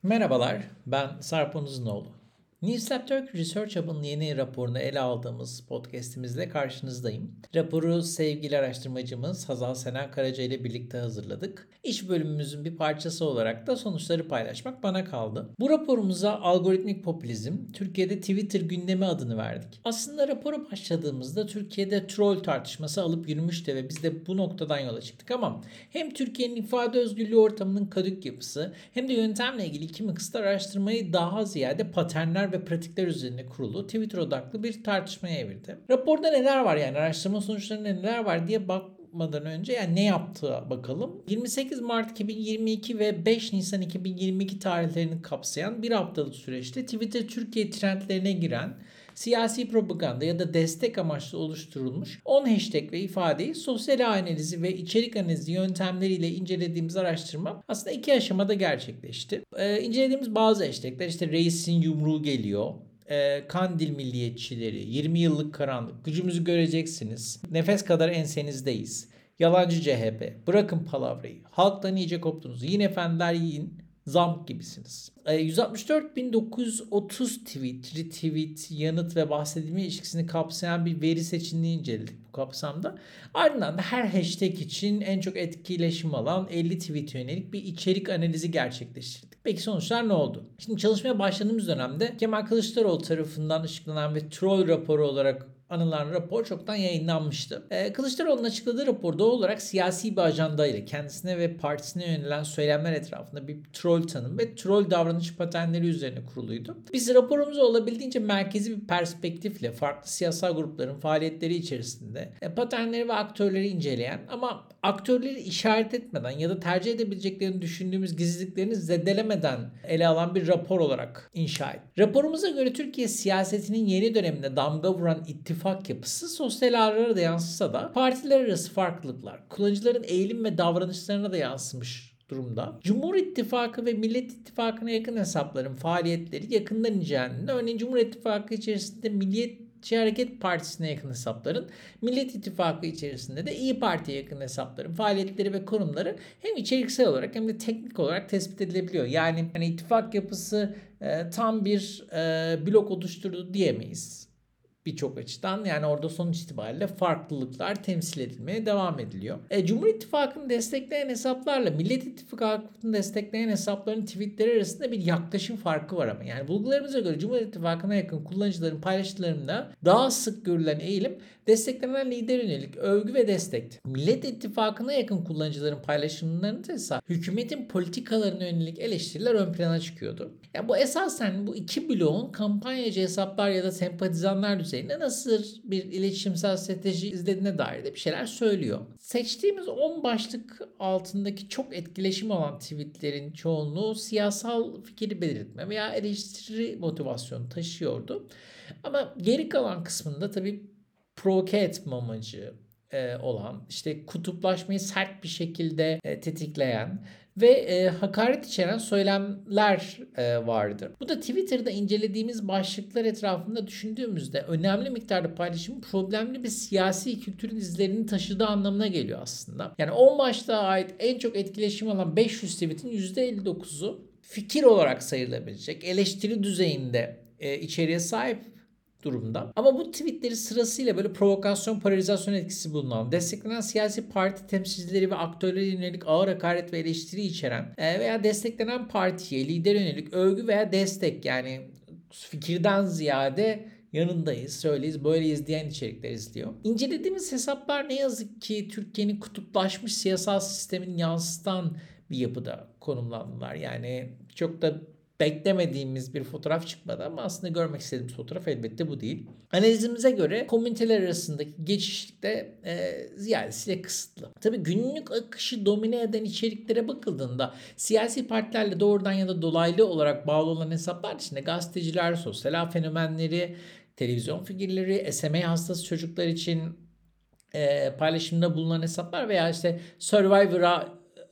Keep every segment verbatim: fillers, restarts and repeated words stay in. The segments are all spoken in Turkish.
Merhabalar, ben Sarp Onuzunoğlu. Newslab Turk Research Hub'ın yeni raporunu ele aldığımız podcastimizle karşınızdayım. Raporu sevgili araştırmacımız Hazal Senen Karaca ile birlikte hazırladık. İş bölümümüzün bir parçası olarak da sonuçları paylaşmak bana kaldı. Bu raporumuza algoritmik popülizm, Türkiye'de Twitter gündemi adını verdik. Aslında rapora başladığımızda Türkiye'de troll tartışması alıp yürümüştü ve biz de bu noktadan yola çıktık ama hem Türkiye'nin ifade özgürlüğü ortamının kadük yapısı hem de yöntemle ilgili kimi kısıtlar araştırmayı daha ziyade paternler ve pratikler üzerine kurulu Twitter odaklı bir tartışmaya evirdi. Raporda neler var, yani araştırma sonuçlarında neler var diye bakmadan önce yani ne yaptığı bakalım. yirmi sekiz Mart iki bin yirmi iki ve beş Nisan iki bin yirmi iki tarihlerini kapsayan bir haftalık süreçte Twitter Türkiye trendlerine giren siyasi propaganda ya da destek amaçlı oluşturulmuş on hashtag ve ifadeyi sosyal analizi ve içerik analizi yöntemleriyle incelediğimiz araştırma aslında iki aşamada gerçekleşti. Ee, incelediğimiz bazı hashtagler işte reisin yumruğu geliyor, e, Kandil milliyetçileri, yirmi yıllık karanlık, gücümüzü göreceksiniz, nefes kadar ensenizdeyiz, yalancı C H P, bırakın palavrayı, halktan iyice koptunuz, yiyin efendiler yiyin, zamk gibisiniz. yüz altmış dört bin dokuz yüz otuz tweet, retweet, yanıt ve bahsedilme ilişkisini kapsayan bir veri seçeneğini inceledik bu kapsamda. Ardından da her hashtag için en çok etkileşim alan elli tweet yönelik bir içerik analizi gerçekleştirdik. Peki sonuçlar ne oldu? Şimdi çalışmaya başladığımız dönemde Kemal Kılıçdaroğlu tarafından ışıklanan ve troll raporu olarak anılan rapor çoktan yayınlanmıştı. Ee, Kılıçdaroğlu'nun açıkladığı rapor doğal olarak siyasi bir ajanda ile kendisine ve partisine yönelen söylemler etrafında bir troll tanım ve troll davranış paternleri üzerine kuruluydu. Biz raporumuzu olabildiğince merkezi bir perspektifle farklı siyasal grupların faaliyetleri içerisinde e, paternleri ve aktörleri inceleyen ama aktörleri işaret etmeden ya da tercih edebileceklerini düşündüğümüz gizliliklerini zedelemeden ele alan bir rapor olarak inşa ettik. Raporumuza göre Türkiye siyasetinin yeni döneminde damga vuran ittifak yapısı sosyal ağlara da yansısa da partiler arası farklılıklar kullanıcıların eğilim ve davranışlarına da yansımış durumda. Cumhur İttifakı ve Millet İttifakı'na yakın hesapların faaliyetleri yakından incelendiğinde örneğin Cumhur İttifakı içerisinde Milliyetçi Hareket Partisi'ne yakın hesapların, Millet İttifakı içerisinde de İyi Parti'ye yakın hesapların faaliyetleri ve konumları hem içeriksel olarak hem de teknik olarak tespit edilebiliyor. Yani hani ittifak yapısı e, tam bir e, blok oluşturdu diyemeyiz birçok açıdan. Yani orada sonuç itibariyle farklılıklar temsil edilmeye devam ediliyor. E, Cumhur İttifakı'nı destekleyen hesaplarla Millet İttifakı'nı destekleyen hesapların tweetleri arasında bir yaklaşım farkı var ama. Yani bulgularımıza göre Cumhur İttifakı'na yakın kullanıcıların paylaşımlarında daha sık görülen eğilim desteklenen lider yönelik övgü ve destekti. Millet İttifakı'na yakın kullanıcıların paylaşımlarında ise hükümetin politikalarına yönelik eleştiriler ön plana çıkıyordu. Yani bu esasen bu iki bloğun kampanyacı hesaplar ya da sempatizanlar düzeyinde nasıl bir iletişimsel strateji izlediğine dair de bir şeyler söylüyor. Seçtiğimiz on başlık altındaki çok etkileşim alan tweetlerin çoğunluğu siyasal fikri belirtme veya eleştiri motivasyonu taşıyordu. Ama geri kalan kısmında tabii provoke etme amacı e, olan, işte kutuplaşmayı sert bir şekilde e, tetikleyen ve e, hakaret içeren söylemler e, vardır. Bu da Twitter'da incelediğimiz başlıklar etrafında düşündüğümüzde önemli miktarda paylaşım problemli bir siyasi kültürün izlerini taşıdığı anlamına geliyor aslında. Yani on başlığa ait en çok etkileşim alan beş yüz tweetin yüzde elli dokuzu fikir olarak sayılabilecek, eleştiri düzeyinde e, içeriğe sahip durumda. Ama bu tweetleri sırasıyla böyle provokasyon, polarizasyon etkisi bulunan, desteklenen siyasi parti temsilcileri ve aktörlere yönelik ağır hakaret ve eleştiri içeren veya desteklenen partiye, lider yönelik övgü veya destek, yani fikirden ziyade yanındayız, şöyleyiz, böyleyiz diyen içerikler izliyor. İncelediğimiz hesaplar ne yazık ki Türkiye'nin kutuplaşmış siyasal sistemin yansıtan bir yapıda konumlandılar. Yani çok da beklemediğimiz bir fotoğraf çıkmadı ama aslında görmek istediğimiz fotoğraf elbette bu değil. Analizimize göre komüniteler arasındaki geçişlik de e, ziyadesiyle kısıtlı. Tabii günlük akışı domine eden içeriklere bakıldığında siyasi partilerle doğrudan ya da dolaylı olarak bağlı olan hesaplar dışında gazeteciler, sosyal ağ fenomenleri, televizyon figürleri, S M A hastası çocuklar için e, paylaşımda bulunan hesaplar veya işte Survivor'a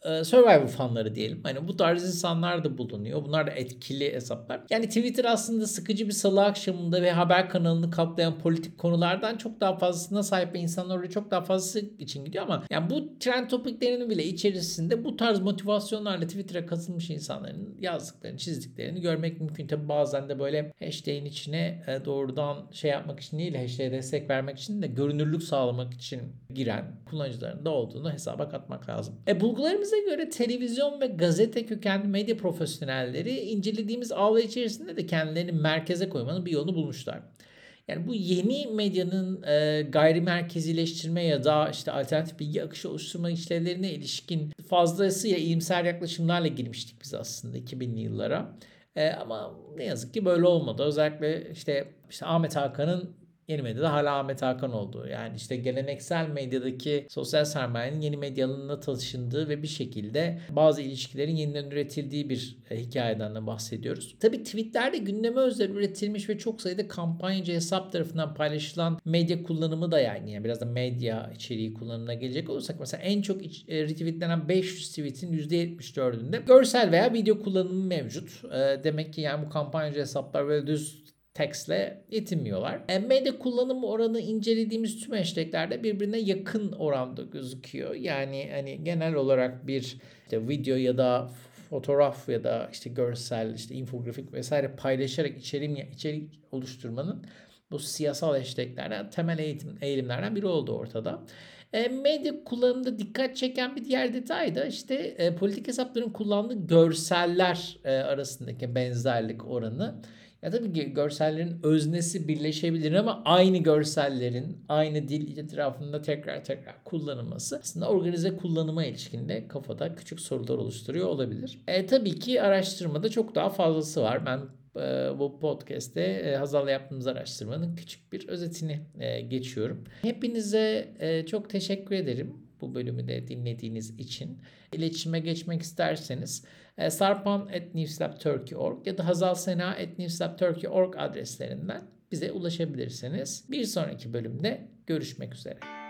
e, Survivor fanları diyelim. Hani bu tarz insanlar da bulunuyor. Bunlar da etkili hesaplar. Yani Twitter aslında sıkıcı bir salı akşamında ve haber kanalını kaplayan politik konulardan çok daha fazlasına sahip ve insanlar oraya çok daha fazlası için gidiyor ama yani bu trend topiklerinin bile içerisinde bu tarz motivasyonlarla Twitter'a katılmış insanların yazdıklarını, çizdiklerini görmek mümkün. Tabi bazen de böyle hashtag'in içine e, doğrudan şey yapmak için değil, hashtag'e destek vermek için de görünürlük sağlamak için giren kullanıcıların da olduğunu hesaba katmak lazım. E, bulgularımıza göre televizyon ve gazete kökenli medya profesyonelleri incelediğimiz avla içerisinde de kendilerini merkeze koymanın bir yolunu bulmuşlar. Yani bu yeni medyanın e, gayrimerkezileştirme ya da işte alternatif bilgi akışı oluşturma işlevlerine ilişkin fazlasıyla iyimser yaklaşımlarla girmiştik biz aslında iki binli yıllara. E, ama ne yazık ki böyle olmadı. Özellikle işte, işte Ahmet Hakan'ın yeni medyada hala Ahmet Hakan olduğu. Yani işte geleneksel medyadaki sosyal sermayenin yeni medya alanına taşındığı ve bir şekilde bazı ilişkilerin yeniden üretildiği bir e, hikayeden de bahsediyoruz. Tabii tweetlerde gündeme özel üretilmiş ve çok sayıda kampanyacı hesap tarafından paylaşılan medya kullanımı da yani, yani biraz da medya içeriği kullanımına gelecek olursak mesela en çok iç, e, retweetlenen beş yüz tweetin yüzde yetmiş dördünde görsel veya video kullanımı mevcut. E, demek ki yani bu kampanyacı hesaplar böyle düz tekstle yetinmiyorlar. E, medya kullanımı oranı incelediğimiz tüm hashtaglerde birbirine yakın oranda gözüküyor. Yani hani genel olarak bir işte video ya da fotoğraf ya da işte görsel, işte infografik vesaire paylaşarak içerik, içerik oluşturmanın bu siyasal hashtaglerden temel eğitim, eğilimlerden biri oldu ortada. E, medya kullanımında dikkat çeken bir diğer detay da işte e, politik hesapların kullandığı görseller e, arasındaki benzerlik oranı. Ya tabii ki görsellerin öznesi birleşebilir ama aynı görsellerin aynı dil etrafında tekrar tekrar kullanılması aslında organize kullanıma ilişkin de kafada küçük sorular oluşturuyor olabilir. E, tabii ki araştırmada çok daha fazlası var. Ben e, bu podcast'te e, Hazal'la yaptığımız araştırmanın küçük bir özetini e, geçiyorum. Hepinize e, çok teşekkür ederim bu bölümü de dinlediğiniz için. İletişime geçmek isterseniz sarpan at newslab turkey nokta org ya da hazalsena at newslab turkey nokta org adreslerinden bize ulaşabilirsiniz. Bir sonraki bölümde görüşmek üzere.